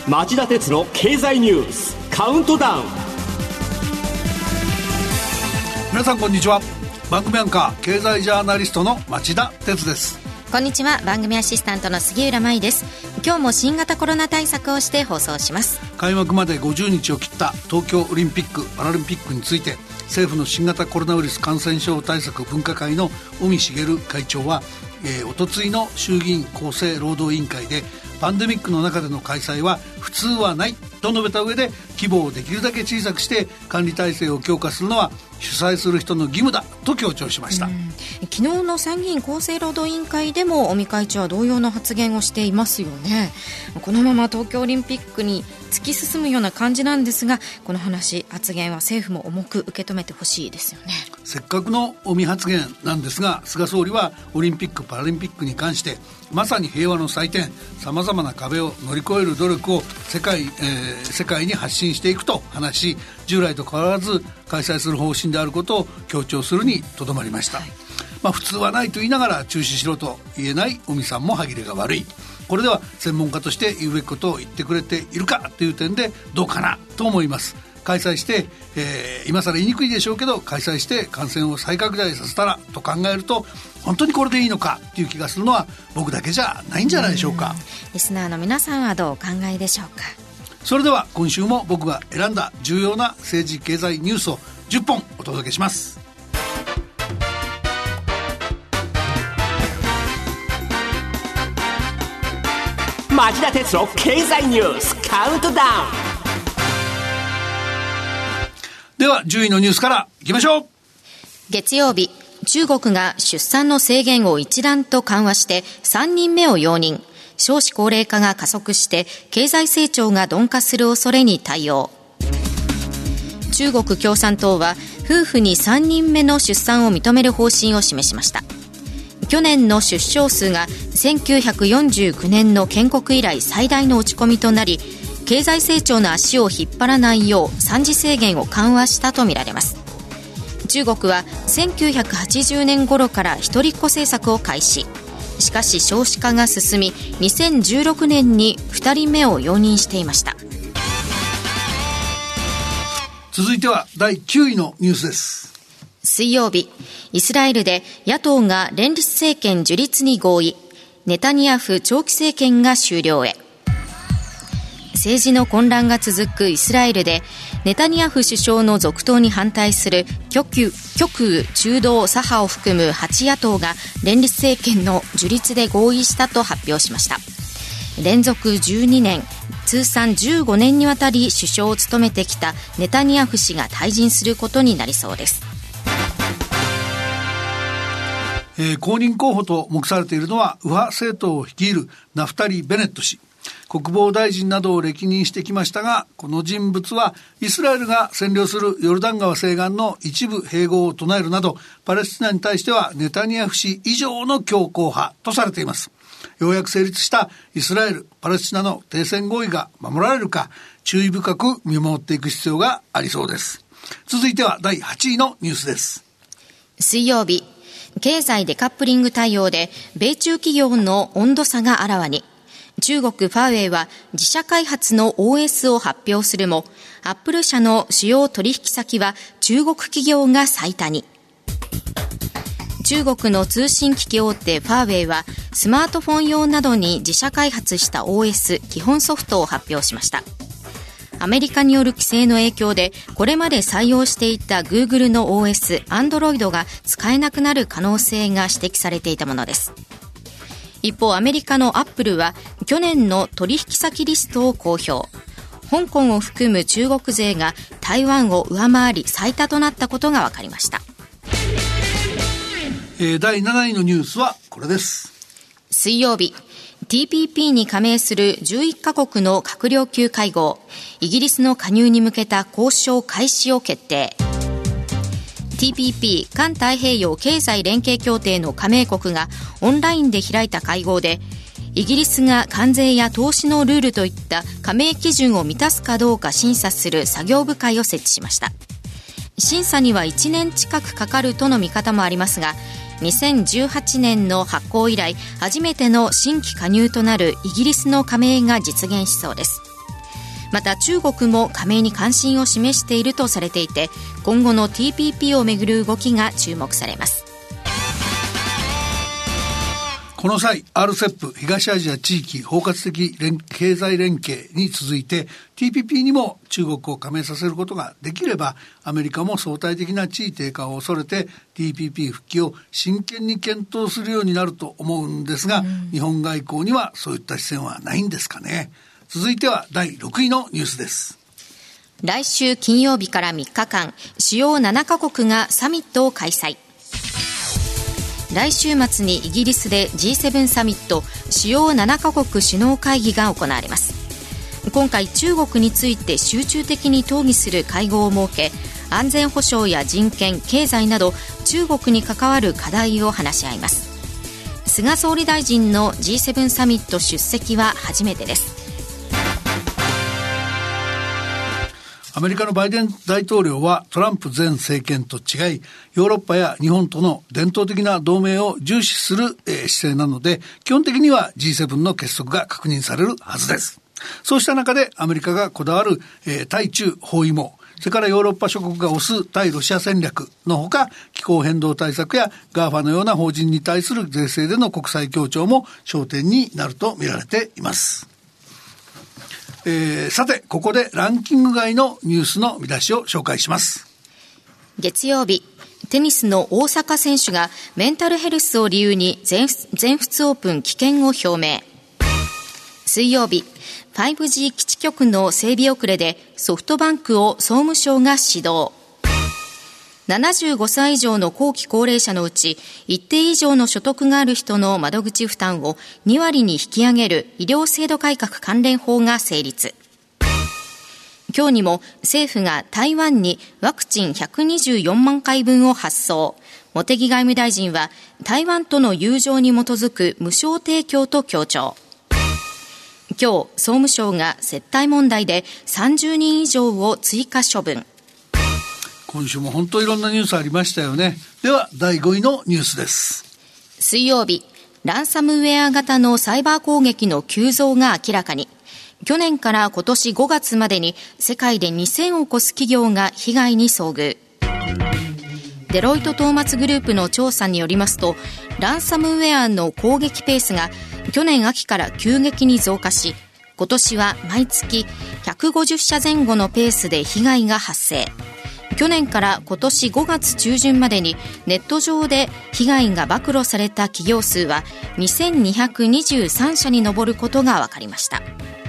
町田鉄の経済ニュースカウントダウン。 皆さんこんにちは。番組アンカー経済ジャーナリストの町田鉄です。 こんにちは。番組アシスタントの杉浦舞です。今日も新型コロナ対策をして放送します。 開幕まで50日を切った東京オリンピック・パラリンピックについて、政府の新型コロナウイルス感染症対策分科会の尾身茂会長は、おとついの衆議院厚生労働委員会で、パンデミックの中での開催は普通はないと述べた上で、規模をできるだけ小さくして管理体制を強化するのは主催する人の義務だと強調しました。 昨日の参議院厚生労働委員会でも尾身会長は同様の発言をしていますよね。このまま東京オリンピックに突き進むような感じなんですが、この発言は政府も重く受け止めてほしいですよね。 せっかくの尾身発言なんですが、菅総理はオリンピック・パラリンピックに関して、まさに平和の祭典、さまざまな壁を乗り越える努力を世界に発信していくと話し、従来と変わらず開催する方針であることを強調するにとどまりました。普通はないと言いながら中止しろと言えない尾身さんも歯切れが悪い。これでは専門家として言うべきことを言ってくれているかという点でどうかなと思います。開催して、今更言いにくいでしょうけど、開催して感染を再拡大させたらと考えると、本当にこれでいいのかという気がするのは僕だけじゃないんじゃないでしょうか。 リスナーの皆さんはどうお考えでしょうか。 それでは今週も僕が選んだ重要な政治経済ニュースを10本お届けします。 町田鉄の経済ニュースカウントダウン。 では10位のニュースからいきましょう。 月曜日、中国が出産の制限を一段と緩和して3人目を容認。少子高齢化が加速して経済成長が鈍化する恐れに対応。中国共産党は夫婦に3人目の出産を認める方針を示しました。去年の出生数が1949年の建国以来最大の落ち込みとなり、経済成長の足を引っ張らないよう産児制限を緩和したとみられます。中国は1980年頃から一人っ子政策を開始。しかし少子化が進み、2016年に2人目を容認していました。 続いては第9位のニュースです。 水曜日、イスラエルで野党が連立政権樹立に合意。ネタニヤフ長期政権が終了へ。政治の混乱が続くイスラエルで、ネタニヤフ首相の続投に反対する極右中道左派を含む8野党が連立政権の樹立で合意したと発表しました。連続12年、通算15年にわたり首相を務めてきたネタニヤフ氏が退陣することになりそうです。 公認候補と目されているのは右派政党を率いるナフタリ・ベネット氏。国防大臣などを歴任してきましたが、この人物はイスラエルが占領するヨルダン川西岸の一部併合を唱えるなど、パレスチナに対してはネタニヤフ氏以上の強硬派とされています。ようやく成立したイスラエル・パレスチナの停戦合意が守られるか、注意深く見守っていく必要がありそうです。続いては第8位のニュースです。 水曜日、経済デカップリング対応で米中企業の温度差があらわに。中国ファーウェイは自社開発の OS を発表するも、アップル社の主要取引先は中国企業が最多に。中国の通信機器大手ファーウェイはスマートフォン用などに自社開発した OS 基本ソフトを発表しました。アメリカによる規制の影響で、これまで採用していた Google の OS、Android が使えなくなる可能性が指摘されていたものです。一方、アメリカのアップルは去年の取引先リストを公表。香港を含む中国勢が台湾を上回り最多となったことが分かりました。 第7位のニュースはこれです。 水曜日、TPP に加盟する11カ国の閣僚級会合、イギリスの加入に向けた交渉開始を決定。TPP 環太平洋経済連携協定の加盟国がオンラインで開いた会合で、イギリスが関税や投資のルールといった加盟基準を満たすかどうか審査する作業部会を設置しました。審査には1年近くかかるとの見方もありますが、2018年の発効以来初めての新規加入となるイギリスの加盟が実現しそうです。 また中国も加盟に関心を示しているとされていて、今後の TPP をめぐる動きが注目されます。 この際 RCEP 東アジア地域包括的経済連携に続いて TPP にも中国を加盟させることができれば、アメリカも相対的な地位低下を恐れて TPP 復帰を真剣に検討するようになると思うんですが、日本外交にはそういった視線はないんですかね。続いては第6位のニュースです。 来週金曜日から3日間、主要7カ国がサミットを開催。来週末にイギリスで G7 サミット主要7カ国首脳会議が行われます。今回中国について集中的に討議する会合を設け、安全保障や人権、経済など中国に関わる課題を話し合います。菅総理大臣の G7 サミット出席は初めてです。 アメリカのバイデン大統領はトランプ前政権と違い、ヨーロッパや日本との伝統的な同盟を重視する姿勢なので、基本的には G7 の結束が確認されるはずです。そうした中でアメリカがこだわる対中包囲網、それからヨーロッパ諸国が推す対ロシア戦略のほか、気候変動対策や GAFA のような法人に対する税制での国際協調も焦点になると見られています。さてここでランキング外のニュースの見出しを紹介します。 月曜日、テニスの大坂選手がメンタルヘルスを理由に全仏オープン棄権を表明。水曜日、5G 基地局の整備遅れでソフトバンクを総務省が指導。75歳以上の後期高齢者のうち一定以上の所得がある人の窓口負担を2割に引き上げる医療制度改革関連法が成立。今日にも政府が台湾にワクチン124万回分を発送。茂木外務大臣は台湾との友情に基づく無償提供と強調。今日総務省が接待問題で30人以上を追加処分。 今週も本当いろんなニュースありましたよね。では第5位のニュースです。 水曜日、ランサムウェア型のサイバー攻撃の急増が明らかに。去年から今年5月までに世界で2000を超す企業が被害に遭遇。デロイトトーマツグループの調査によりますと、ランサムウェアの攻撃ペースが去年秋から急激に増加し、今年は毎月150社前後のペースで被害が発生。去年から今年5月中旬までにネット上で被害が暴露された企業数は2223社に上ることが分かりました。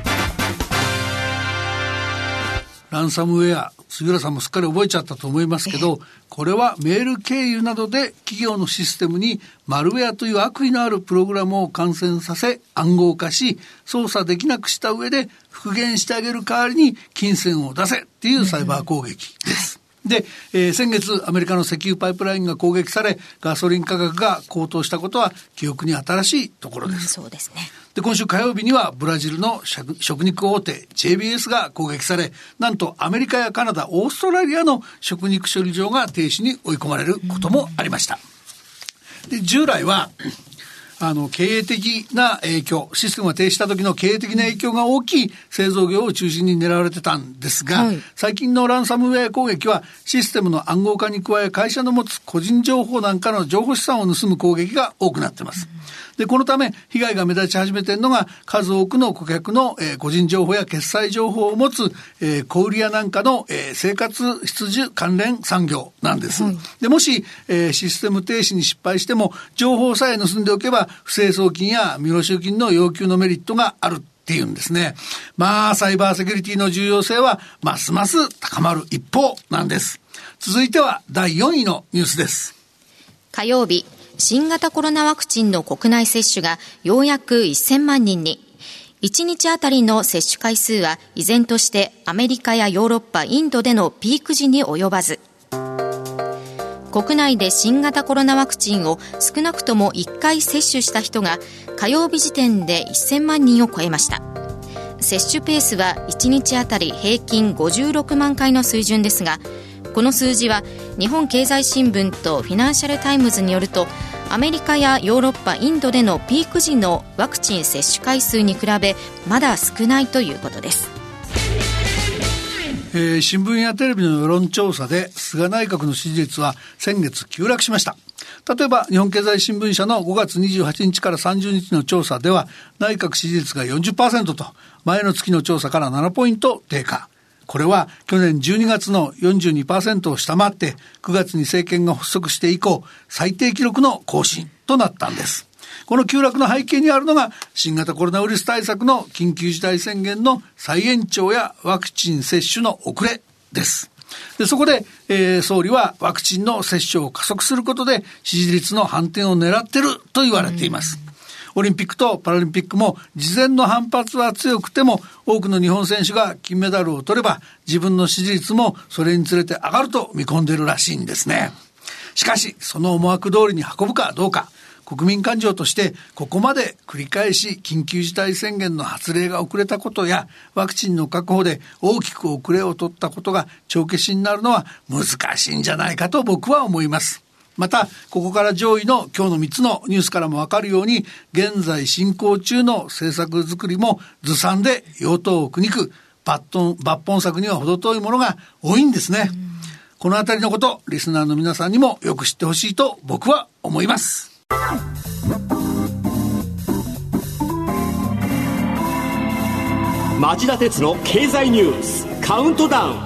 ランサムウェア、杉浦さんもすっかり覚えちゃったと思いますけど、これはメール経由などで企業のシステムにマルウェアという悪意のあるプログラムを感染させ暗号化し操作できなくした上で復元してあげる代わりに金銭を出せっていうサイバー攻撃です。で、先月アメリカの石油パイプラインが攻撃されガソリン価格が高騰したことは記憶に新しいところです。 そうですね。 で、今週火曜日にはブラジルの食肉大手 JBS が攻撃され、なんとアメリカやカナダ、オーストラリアの食肉処理場が停止に追い込まれることもありました。で、従来は経営的な影響、システムが停止した時の経営的な影響が大きい製造業を中心に狙われてたんですが、最近のランサムウェア攻撃はシステムの暗号化に加え会社の持つ個人情報なんかの情報資産を盗む攻撃が多くなっています。で、このため被害が目立ち始めているのが数多くの顧客の、個人情報や決済情報を持つ、小売屋なんかの、生活必需関連産業なんです。で、もし、システム停止に失敗しても情報さえ盗んでおけば不正送金や未納金の要求のメリットがあるっていうんですね。まあサイバーセキュリティの重要性はますます高まる一方なんです。続いては第4位のニュースです。 火曜日、新型コロナワクチンの国内接種がようやく1000万人に。1日あたりの接種回数は依然としてアメリカやヨーロッパ、インドでのピーク時に及ばず。国内で新型コロナワクチンを少なくとも1回接種した人が火曜日時点で1000万人を超えました。接種ペースは1日あたり平均56万回の水準ですが、この数字は日本経済新聞とフィナンシャルタイムズによると、アメリカやヨーロッパ、インドでのピーク時のワクチン接種回数に比べまだ少ないということです。 新聞やテレビの世論調査で菅内閣の支持率は先月急落しました。例えば日本経済新聞社の5月28日から30日の調査では内閣支持率が 40% と前の月の調査から7ポイント低下。これは去年12月の 42% を下回って9月に政権が発足して以降最低記録の更新となったんです。この急落の背景にあるのが新型コロナウイルス対策の緊急事態宣言の再延長やワクチン接種の遅れです。でそこで、総理はワクチンの接種を加速することで支持率の反転を狙っていると言われています。オリンピックとパラリンピックも事前の反発は強くても多くの日本選手が金メダルを取れば自分の支持率もそれにつれて上がると見込んでいるらしいんですね。しかしその思惑通りに運ぶかどうか、国民感情としてここまで繰り返し緊急事態宣言の発令が遅れたことやワクチンの確保で大きく遅れを取ったことが帳消しになるのは難しいんじゃないかと僕は思います。またここから上位の今日の3つのニュースからも分かるように現在進行中の政策作りもずさんで与党を苦肉抜本策には程遠いものが多いんですね。このあたりのことリスナーの皆さんにもよく知ってほしいと僕は思います。 町田鉄の経済ニュースカウントダウン。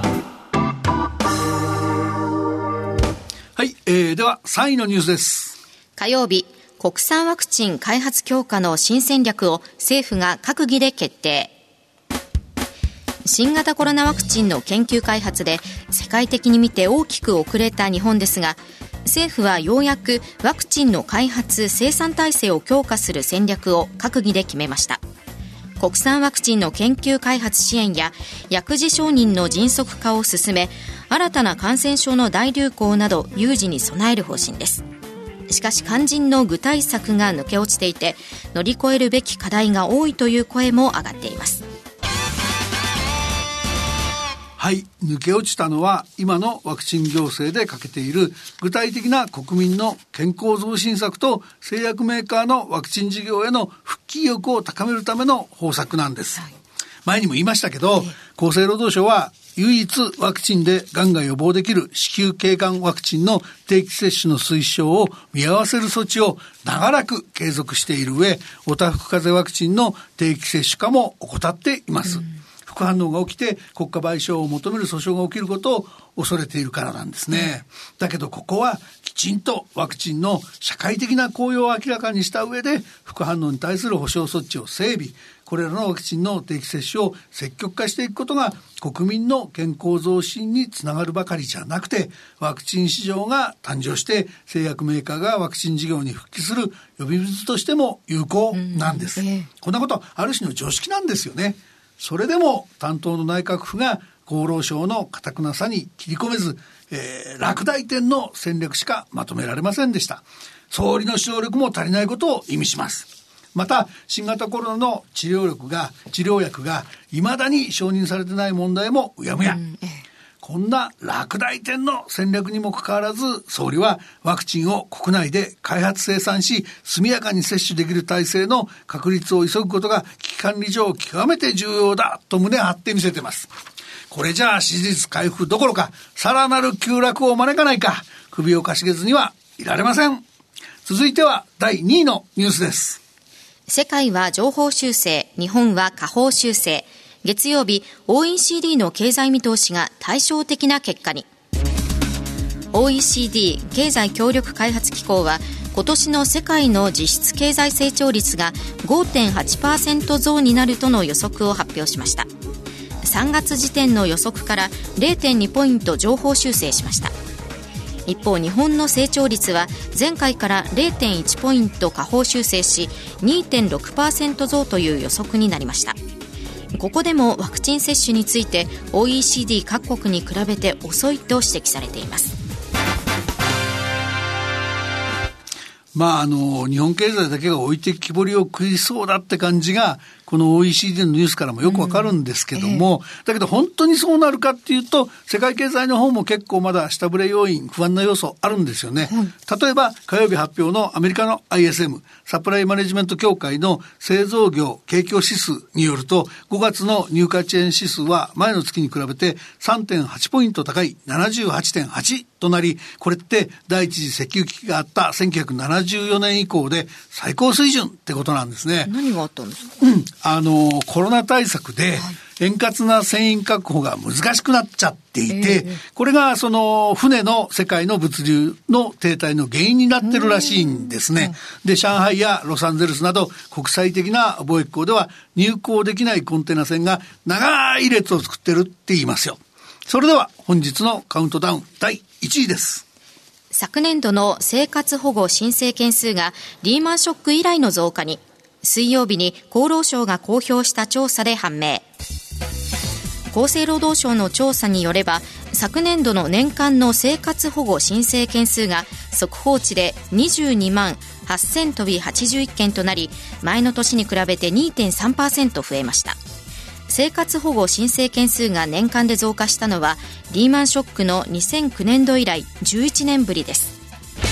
はい、では3位のニュースです。 火曜日、国産ワクチン開発強化の新戦略を政府が閣議で決定。新型コロナワクチンの研究開発で世界的に見て大きく遅れた日本ですが、政府はようやくワクチンの開発・生産体制を強化する戦略を閣議で決めました。国産ワクチンの研究開発支援や薬事承認の迅速化を進め、新たな感染症の大流行など有事に備える方針です。しかし肝心の具体策が抜け落ちていて乗り越えるべき課題が多いという声も上がっています。 はい、抜け落ちたのは今のワクチン行政で欠けている具体的な国民の健康増進策と製薬メーカーのワクチン事業への復帰意欲を高めるための方策なんです。前にも言いましたけど、厚生労働省は唯一ワクチンでがんが予防できる子宮頸がんワクチンの定期接種の推奨を見合わせる措置を長らく継続している上、おたふく風邪ワクチンの定期接種化も怠っています。副反応が起きて国家賠償を求める訴訟が起きることを恐れているからなんですね。だけどここはきちんとワクチンの社会的な効用を明らかにした上で副反応に対する保障措置を整備、これらのワクチンの定期接種を積極化していくことが国民の健康増進につながるばかりじゃなくて、ワクチン市場が誕生して製薬メーカーがワクチン事業に復帰する呼び水としても有効なんです。こんなことある種の常識なんですよね。それでも担当の内閣府が厚労省の堅くなさに切り込めず、落第点の戦略しかまとめられませんでした。総理の指導力も足りないことを意味します。また新型コロナの治療薬が未だに承認されてない問題もうやむや。こんな落第点の戦略にもかかわらず総理はワクチンを国内で開発生産し速やかに接種できる体制の確立を急ぐことが危機管理上極めて重要だと胸張って見せています。これじゃあ支持率回復どころかさらなる急落を招かないか、首をかしげずにはいられません。続いては第2位のニュースです。 世界は上方修正、日本は下方修正。月曜日 OECD の経済見通しが対照的な結果に。 OECD 経済協力開発機構は今年の世界の実質経済成長率が 5.8% 増になるとの予測を発表しました。3月時点の予測から 0.2 ポイント上方修正しました。一方日本の成長率は前回から 0.1 ポイント下方修正し 2.6% 増という予測になりました。ここでもワクチン接種について OECD 各国に比べて遅いと指摘されています。 日本経済だけが置いてきぼりを食いそうだって感じがこの OECD のニュースからもよくわかるんですけども、だけど本当にそうなるかっていうと、世界経済の方も結構まだ下振れ要因、不安な要素あるんですよね。例えば火曜日発表のアメリカの ISM サプライマネジメント協会の製造業景況指数によると、5月の入荷チェーン指数は前の月に比べて 3.8 ポイント高い 78.8 となり、これって第一次石油危機があった1974年以降で最高水準ってことなんですね。 何があったんですか？ コロナ対策で円滑な船員確保が難しくなっちゃっていて、これがその船の世界の物流の停滞の原因になってるらしいんですね。で、上海やロサンゼルスなど国際的な貿易港では入港できないコンテナ船が長い列を作ってるって言いますよ。それでは本日のカウントダウン第1位です。 昨年度の生活保護申請件数がリーマンショック以来の増加に、水曜日に厚労省が公表した調査で判明。厚生労働省の調査によれば、昨年度の年間の生活保護申請件数が速報値で22万8000飛び81件となり、前の年に比べて 2.3% 増えました。生活保護申請件数が年間で増加したのはリーマンショックの2009年度以来11年ぶりです。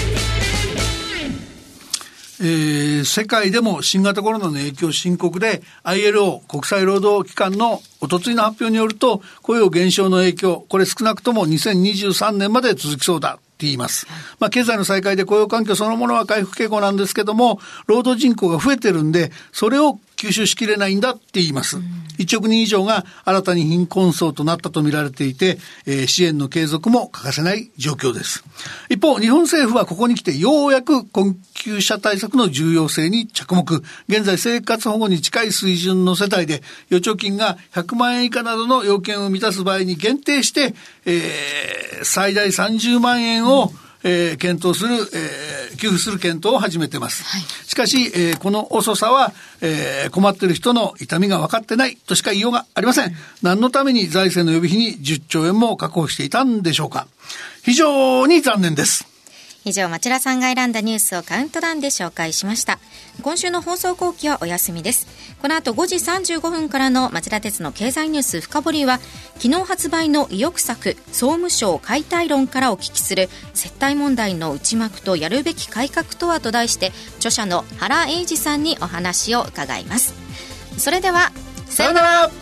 世界でも新型コロナの影響深刻で、 ILO 国際労働機関のおとついの発表によると、雇用減少の影響、これ少なくとも2023年まで続きそうだって言います。経済の再開で雇用環境そのものは回復傾向なんですけども、労働人口が増えてるんでそれを吸収しきれないんだって言います。1億人以上が新たに貧困層となったと見られていて、支援の継続も欠かせない状況です。一方、日本政府はここに来てようやく困窮者対策の重要性に着目。現在生活保護に近い水準の世帯で預貯金が100万円以下などの要件を満たす場合に限定して、最大30万円を検討する、給付する検討を始めています。しかし、この遅さは、困っている人の痛みが分かってないとしか言いようがありません。何のために財政の予備費に10兆円も確保していたんでしょうか。非常に残念です。 以上、町田さんが選んだニュースをカウントダウンで紹介しました。今週の放送後期はお休みです。この後5時35分からの町田鉄の経済ニュース深掘りは、昨日発売の意欲作総務省解体論からお聞きする接待問題の内幕とやるべき改革とはと題して、著者の原英二さんにお話を伺います。それではさようなら。